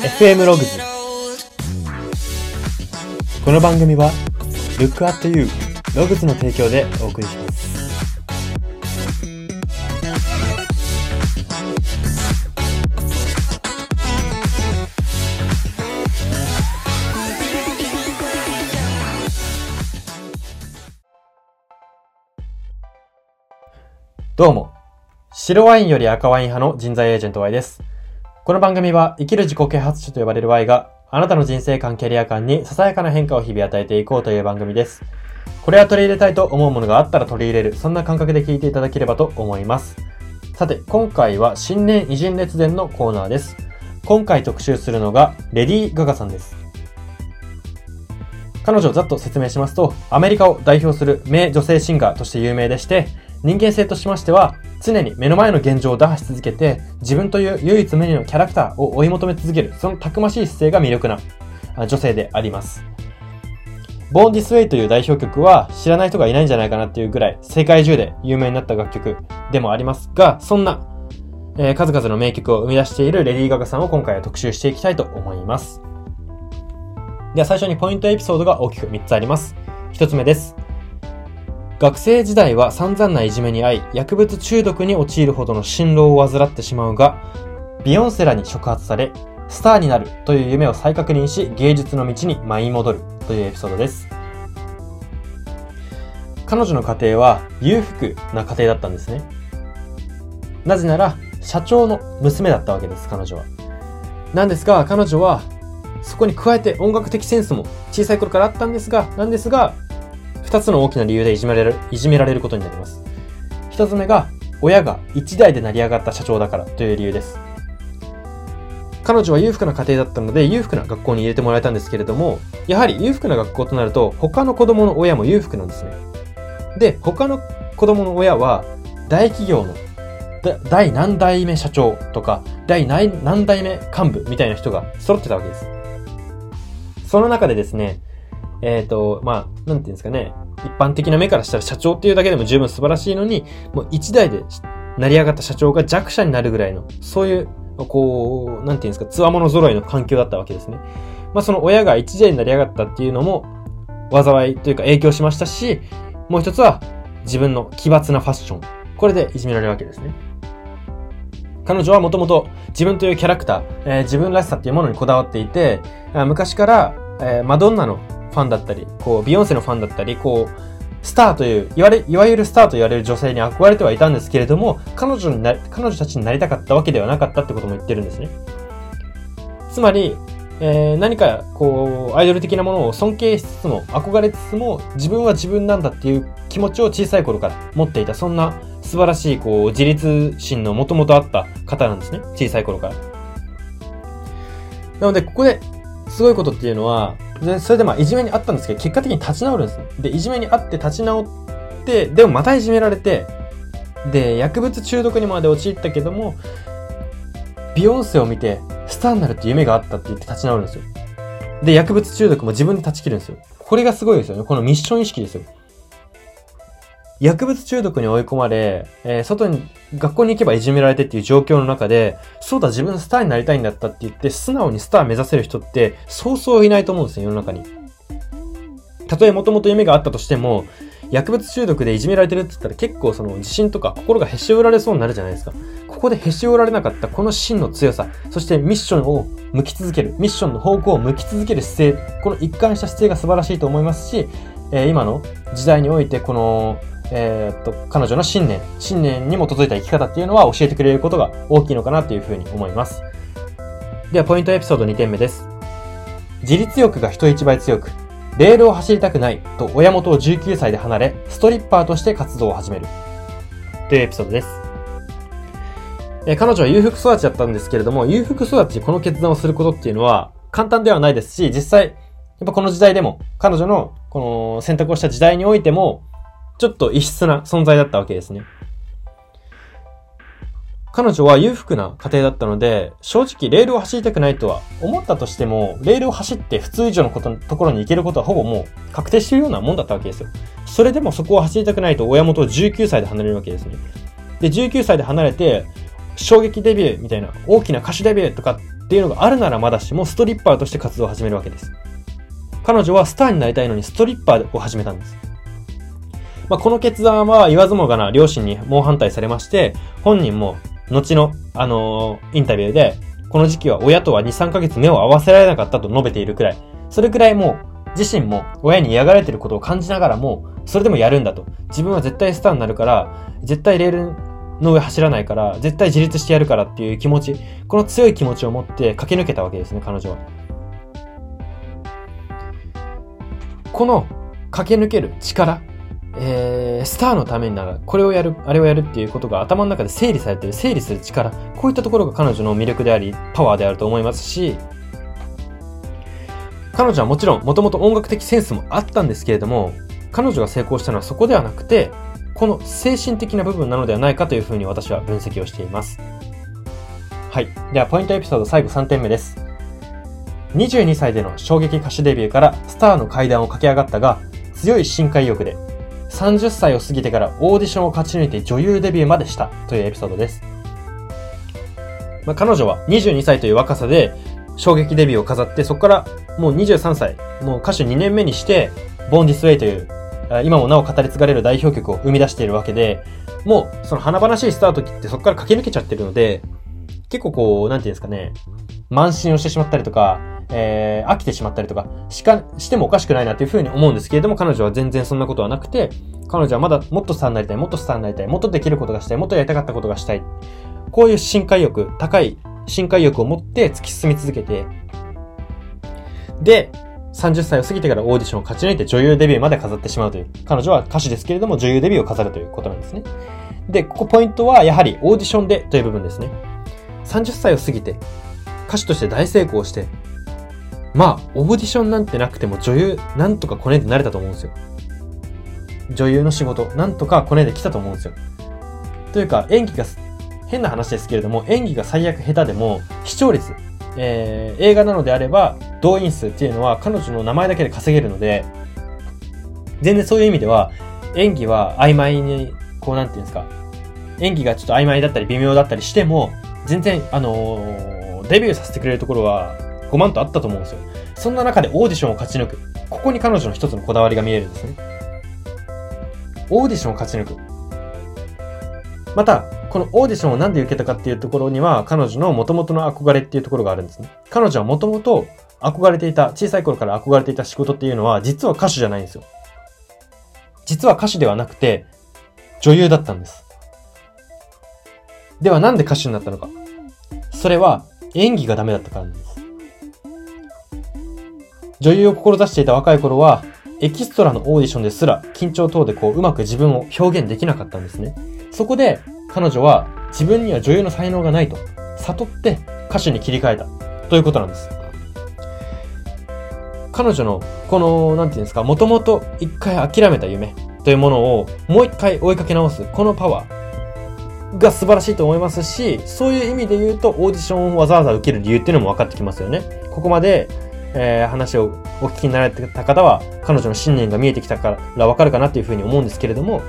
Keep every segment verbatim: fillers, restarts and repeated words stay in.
エフエム ログズ。この番組は Look at You ログズの提供でお送りします。どうも、白ワインより赤ワイン派の人材エージェント Y です。この番組は生きる自己啓発書と呼ばれる Y があなたの人生観、キャリア観にささやかな変化を日々与えていこうという番組です。これは取り入れたいと思うものがあったら取り入れる、そんな感覚で聞いていただければと思います。さて、今回は新年偉人列伝のコーナーです。今回特集するのがレディー・ガガさんです。彼女をざっと説明しますと、アメリカを代表する名女性シンガーとして有名でして、人間性としましては、常に目の前の現状を打破し続けて、自分という唯一無二のキャラクターを追い求め続ける、そのたくましい姿勢が魅力な女性であります。Born This Way という代表曲は知らない人がいないんじゃないかなっていうぐらい、世界中で有名になった楽曲でもありますが、そんな、えー、数々の名曲を生み出しているレディー・ガガさんを今回は特集していきたいと思います。では最初にポイントエピソードが大きくみっつあります。ひとつめです。学生時代は散々ないじめに遭い、薬物中毒に陥るほどの心労を患ってしまうが、ビヨンセらに触発され、スターになるという夢を再確認し、芸術の道に舞い戻るというエピソードです。彼女の家庭は裕福な家庭だったんですね。なぜなら、社長の娘だったわけです、彼女は。なんですが、彼女は、そこに加えて音楽的センスも小さい頃からあったんですが、なんですが、二つの大きな理由でいじめられる、いじめられることになります。一つ目が、親が一代で成り上がった社長だからという理由です。彼女は裕福な家庭だったので、裕福な学校に入れてもらえたんですけれども、やはり裕福な学校となると、他の子供の親も裕福なんですね。で、他の子供の親は、大企業の、第何代目社長とか、第何代目幹部みたいな人が揃ってたわけです。その中でですね、えっと、まあ、なんていうんですかね。一般的な目からしたら社長っていうだけでも十分素晴らしいのに、もう一代で成り上がった社長が弱者になるぐらいの、そういう、こう、なんていうんですか、強者揃いの環境だったわけですね。まあ、その親が一代に成り上がったっていうのも、災いというか影響しましたし、もう一つは自分の奇抜なファッション。これでいじめられるわけですね。彼女はもともと自分というキャラクター、えー、自分らしさっていうものにこだわっていて、昔から、えー、マドンナのファンだったり、こう、ビヨンセのファンだったり、こう、スターという、いわれ、いわゆるスターと言われる女性に憧れてはいたんですけれども、彼女にな、彼女たちになりたかったわけではなかったってことも言ってるんですね。つまり、えー、何か、こう、アイドル的なものを尊敬しつつも、憧れつつも、自分は自分なんだっていう気持ちを小さい頃から持っていた、そんな素晴らしい、こう、自立心の元々あった方なんですね。小さい頃から。なので、ここで、すごいことっていうのは、でそれでまあいじめにあったんですけど、結果的に立ち直るんですね。で、いじめにあって立ち直って、でもまたいじめられて、で、薬物中毒にまで陥ったけども、ビヨンセを見て、スターになるって夢があったって言って立ち直るんですよ。で、薬物中毒も自分で断ち切るんですよ。これがすごいですよね。このミッション意識ですよ。薬物中毒に追い込まれ、えー、外に、学校に行けばいじめられてっていう状況の中で、そうだ、自分スターになりたいんだったって言って、素直にスター目指せる人って、そうそういないと思うんですよ、世の中に。たとえもともと夢があったとしても、薬物中毒でいじめられてるって言ったら結構その自信とか心がへし折られそうになるじゃないですか。ここでへし折られなかったこの芯の強さ、そしてミッションを向き続ける、ミッションの方向を向き続ける姿勢、この一貫した姿勢が素晴らしいと思いますし、えー、今の時代においてこの、えー、っと、彼女の信念、信念に基づいた生き方っていうのは教えてくれることが大きいのかなというふうに思います。では、ポイントエピソードにてんめです。自立欲が人一倍強く、レールを走りたくないと親元をじゅうきゅうさいで離れ、ストリッパーとして活動を始める。というエピソードです。えー、彼女は裕福育ちだったんですけれども、裕福育ちでこの決断をすることっていうのは簡単ではないですし、実際、やっぱこの時代でも、彼女のこの選択をした時代においても、ちょっと異質な存在だったわけですね。彼女は裕福な家庭だったので、正直レールを走りたくないとは思ったとしても、レールを走って普通以上のことところに行けることはほぼもう確定しているようなもんだったわけですよ。それでもそこを走りたくないと親元をじゅうきゅうさいで離れるわけですね。で、じゅうきゅうさいで離れて、衝撃デビューみたいな、大きな歌手デビューとかっっていうのがあるならまだしも、ストリッパーとして活動を始めるわけです。彼女はスターになりたいのにストリッパーを始めたんです。まあ、この決断は言わずもがな両親に猛反対されまして、本人も後の、あのー、インタビューで、この時期は親とはに、さんかげつ目を合わせられなかったと述べているくらい、それくらいもう自身も親に嫌がられていることを感じながらも、それでもやるんだと。自分は絶対スターになるから、絶対レールの上走らないから、絶対自立してやるからっていう気持ち、この強い気持ちを持って駆け抜けたわけですね、彼女は。この駆け抜ける力、えー、スターのためになら、これをやる、あれをやるっていうことが頭の中で整理されている、整理する力、こういったところが彼女の魅力であり、パワーであると思いますし、彼女はもちろん、もともと音楽的センスもあったんですけれども、彼女が成功したのはそこではなくて、この精神的な部分なのではないかというふうに私は分析をしています。はい。では、ポイントエピソード最後さんてんめです。にじゅうにさいでの衝撃歌手デビューからスターの階段を駆け上がったが、強い深海意欲で、さんじゅっさいを過ぎてからオーディションを勝ち抜いて女優デビューまでしたというエピソードです。まあ、彼女はにじゅうにさいという若さで衝撃デビューを飾って、そこからもうにじゅうさんさい、もう歌手にねんめにして、Born This Wayという、今もなお語り継がれる代表曲を生み出しているわけで、もうその華々しいスタート切ってそこから駆け抜けちゃってるので、結構こう、なんていうんですかね、慢心をしてしまったりとか、えー、飽きてしまったりとかしか、してもおかしくないなというふうに思うんですけれども、彼女は全然そんなことはなくて、彼女はまだもっとスターになりたい、もっとスターになりたい、もっとできることがしたい、もっとやりたかったことがしたい。こういう深海欲、高い深海欲を持って突き進み続けて、で、さんじゅっさいを過ぎてからオーディションを勝ち抜いて女優デビューまで飾ってしまうという。彼女は歌手ですけれども女優デビューを飾るということなんですね。で、ここポイントはやはりオーディションでという部分ですね。さんじゅっさいを過ぎて歌手として大成功して、まあ、オーディションなんてなくても女優、なんとかコネで慣れたと思うんですよ。女優の仕事、なんとかコネで来たと思うんですよ。というか、演技が、変な話ですけれども、演技が最悪下手でも、視聴率、えー、映画なのであれば、動員数っていうのは彼女の名前だけで稼げるので、全然そういう意味では、演技は曖昧に、こうなんていうんですか、演技がちょっと曖昧だったり微妙だったりしても、全然、あのー、デビューさせてくれるところは、ごまんとあったと思うんですよ。そんな中でオーディションを勝ち抜く。ここに彼女の一つのこだわりが見えるんですね。オーディションを勝ち抜く。また、このオーディションをなんで受けたかっていうところには、彼女の元々の憧れっていうところがあるんですね。彼女は元々憧れていた、小さい頃から憧れていた仕事っていうのは、実は歌手じゃないんですよ。実は歌手ではなくて、女優だったんです。ではなんで歌手になったのか。それは演技がダメだったからなんです。女優を志していた若い頃は、エキストラのオーディションですら緊張等でこううまく自分を表現できなかったんですね。そこで彼女は自分には女優の才能がないと悟って歌手に切り替えたということなんです。彼女のこの、なんていうんですか、もともと一回諦めた夢というものをもう一回追いかけ直すこのパワーが素晴らしいと思いますし、そういう意味で言うとオーディションをわざわざ受ける理由っていうのも分かってきますよね。ここまでえー、話をお聞きになられた方は彼女の信念が見えてきたからわかるかなというふうに思うんですけれども、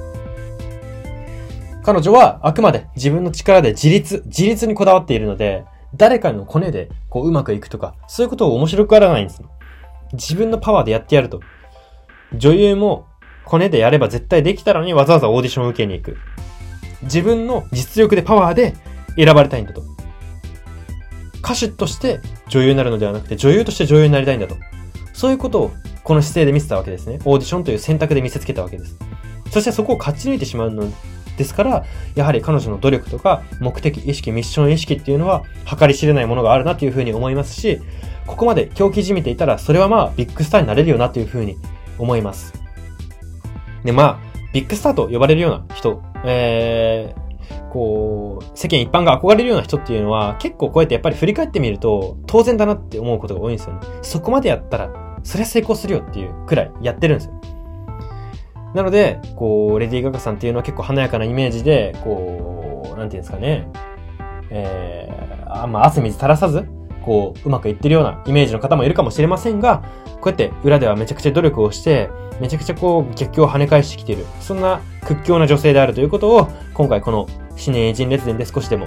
彼女はあくまで自分の力で自立、自立にこだわっているので、誰かのコネでこううまくいくとか、そういうことを面白くあらないんです。自分のパワーでやってやると。女優もコネでやれば絶対できたのにわざわざオーディションを受けに行く。自分の実力でパワーで選ばれたいんだと。歌手として女優になるのではなくて、女優として女優になりたいんだと。そういうことをこの姿勢で見せたわけですね。オーディションという選択で見せつけたわけです。そしてそこを勝ち抜いてしまうのですから、やはり彼女の努力とか目的意識、ミッション意識っていうのは計り知れないものがあるなというふうに思いますし、ここまで狂気じみていたら、それはまあビッグスターになれるよなというふうに思います。で、まあ、ビッグスターと呼ばれるような人、えー、こう、世間一般が憧れるような人っていうのは結構こうやってやっぱり振り返ってみると当然だなって思うことが多いんですよね。そこまでやったらそりゃ成功するよっていうくらいやってるんですよ。なので、こう、レディー・ガガさんっていうのは結構華やかなイメージで、こう、なんていうんですかね、えー、あんま汗水垂らさず、こう、うまくいってるようなイメージの方もいるかもしれませんが、こうやって裏ではめちゃくちゃ努力をして、めちゃくちゃこう逆境を跳ね返してきている。そんな屈強な女性であるということを、今回この新年偉人列伝で少しでも、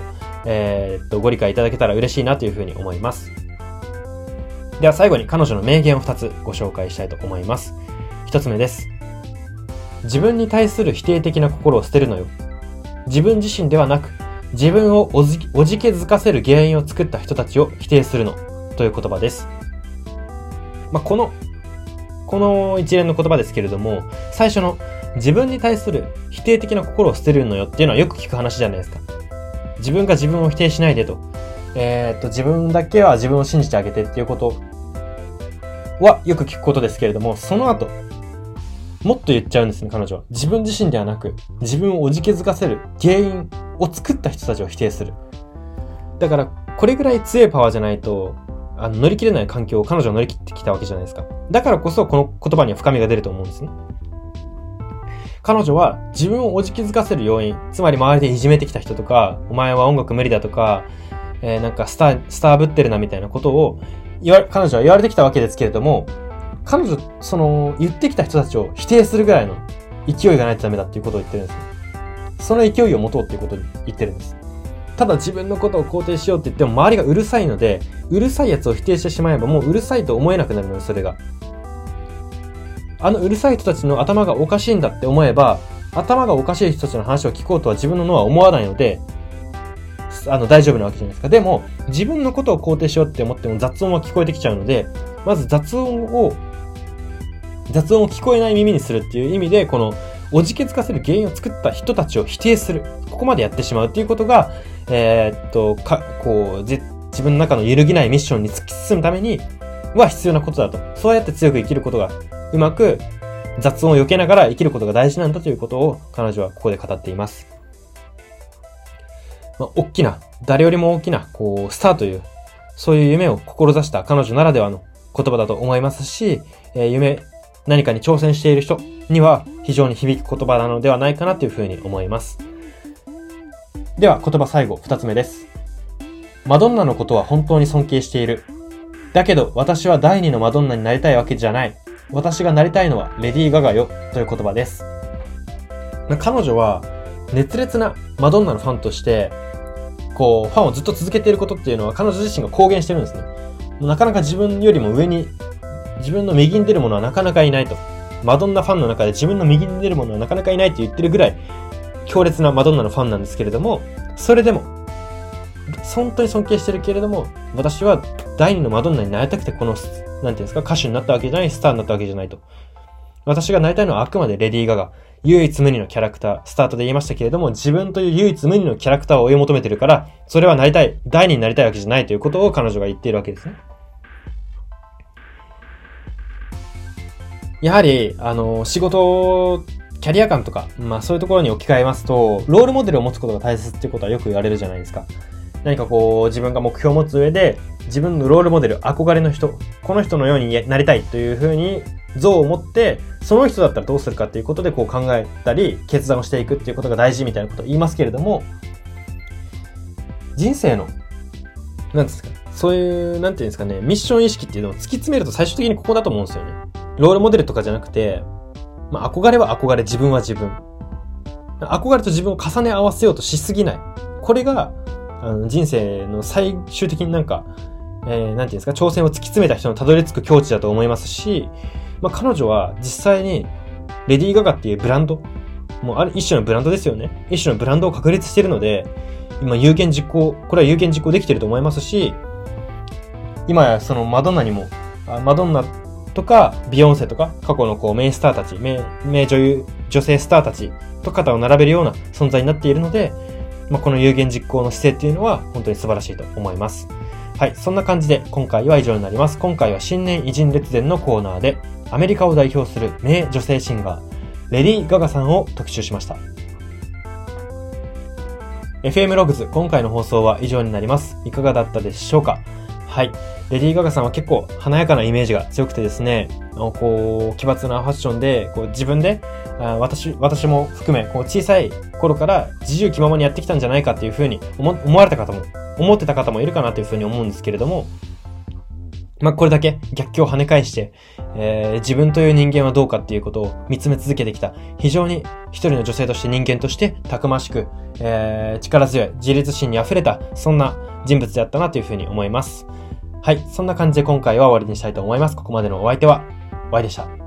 えー、っと、ご理解いただけたら嬉しいなというふうに思います。では最後に彼女の名言をふたつご紹介したいと思います。ひとつめです。自分に対する否定的な心を捨てるのよ。自分自身ではなく、自分をおじ、おじけづかせる原因を作った人たちを否定するの。という言葉です。まあ、この、この一連の言葉ですけれども、最初の自分に対する否定的な心を捨てるのよっていうのはよく聞く話じゃないですか。自分が自分を否定しないでと。えー、っと、自分だけは自分を信じてあげてっていうことはよく聞くことですけれども、その後、もっと言っちゃうんですね、彼女は。自分自身ではなく、自分をおじけづかせる原因を作った人たちを否定する。だから、これぐらい強いパワーじゃないと、あの乗り切れない環境を彼女は乗り切ってきたわけじゃないですか。だからこそ、この言葉には深みが出ると思うんですね。彼女は自分をおじけづかせる要因、つまり周りでいじめてきた人とか、お前は音楽無理だとか、えー、なんかスター、スターぶってるなみたいなことを言わ、彼女は言われてきたわけですけれども、彼女、その、言ってきた人たちを否定するぐらいの勢いがないとダメだっていうことを言ってるんですね。その勢いを持とうっていうことを言ってるんです。ただ自分のことを肯定しようって言っても周りがうるさいので、うるさいやつを否定してしまえばもううるさいと思えなくなるので、それが。あのうるさい人たちの頭がおかしいんだって思えば、頭がおかしい人たちの話を聞こうとは自分の脳は思わないので、あの大丈夫なわけじゃないですか。でも、自分のことを肯定しようって思っても雑音は聞こえてきちゃうので、まず雑音を、雑音を聞こえない耳にするっていう意味で、この、おじけづかせる原因を作った人たちを否定する。ここまでやってしまうっていうことが、えー、っと、か、こう、自分の中の揺るぎないミッションに突き進むためには必要なことだと。そうやって強く生きることが、うまく雑音を避けながら生きることが大事なんだということを彼女はここで語っています。まあ、大きな、誰よりも大きな、こう、スターという、そういう夢を志した彼女ならではの言葉だと思いますし、えー、夢、何かに挑戦している人には非常に響く言葉なのではないかなというふうに思います。では言葉最後二つ目です。マドンナのことは本当に尊敬している。だけど私は第二のマドンナになりたいわけじゃない。私がなりたいのはレディー・ガガよという言葉です。彼女は熱烈なマドンナのファンとしてこうファンをずっと続けていることっていうのは彼女自身が公言してるんですね。なかなか自分よりも上に自分の右に出る者はなかなかいないと。マドンナファンの中で自分の右に出る者はなかなかいないって言ってるぐらい強烈なマドンナのファンなんですけれども、それでも本当に尊敬してるけれども、私は第二のマドンナになりたくてこのなんていうんですか、歌手になったわけじゃない、スターになったわけじゃないと。私がなりたいのはあくまでレディー・ガガ、唯一無二のキャラクター、スタートで言いましたけれども、自分という唯一無二のキャラクターを追い求めてるから、それはなりたい、第二になりたいわけじゃないということを彼女が言っているわけですね。やはり、あの、仕事、キャリア感とか、まあそういうところに置き換えますと、ロールモデルを持つことが大切っていうことはよく言われるじゃないですか。何かこう、自分が目標を持つ上で、自分のロールモデル、憧れの人、この人のようになりたいというふうに像を持って、その人だったらどうするかっていうことでこう考えたり、決断をしていくっていうことが大事みたいなことを言いますけれども、人生の、なんですか、そういう、なんていうんですかね、ミッション意識っていうのを突き詰めると最終的にここだと思うんですよね。ロールモデルとかじゃなくて、まあ、憧れは憧れ、自分は自分。憧れと自分を重ね合わせようとしすぎない。これが、あの人生の最終的になんか、えー、なんていうんですか、挑戦を突き詰めた人のたどり着く境地だと思いますし、まあ、彼女は実際に、レディー・ガガっていうブランド、もうある一種のブランドですよね。一種のブランドを確立しているので、今有言実行、これは有言実行できていると思いますし、今やそのマドンナにも、マドンナとかビヨンセとか過去のこうメインスターたち、名、名女優、女性スターたちと肩を並べるような存在になっているので、まあ、この有言実行の姿勢っていうのは本当に素晴らしいと思います。はい、そんな感じで今回は以上になります。今回は新年偉人列伝のコーナーでアメリカを代表する名女性シンガー、レディー・ガガさんを特集しました。エフエム ログズ、今回の放送は以上になります。いかがだったでしょうか？はい。レディー・ガガさんは結構華やかなイメージが強くてですね、こう、奇抜なファッションで、こう自分で、あ私、私も含め、こう小さい頃から自由気ままにやってきたんじゃないかっていうふうに思、思われた方も、思ってた方もいるかなというふうに思うんですけれども、 まあ、これだけ逆境を跳ね返して、えー、自分という人間はどうかっていうことを見つめ続けてきた、非常に一人の女性として人間としてたくましく、えー、力強い、自立心に溢れた、そんな人物であったなというふうに思います。はい、そんな感じで今回は終わりにしたいと思います。ここまでのお相手は、Yでした。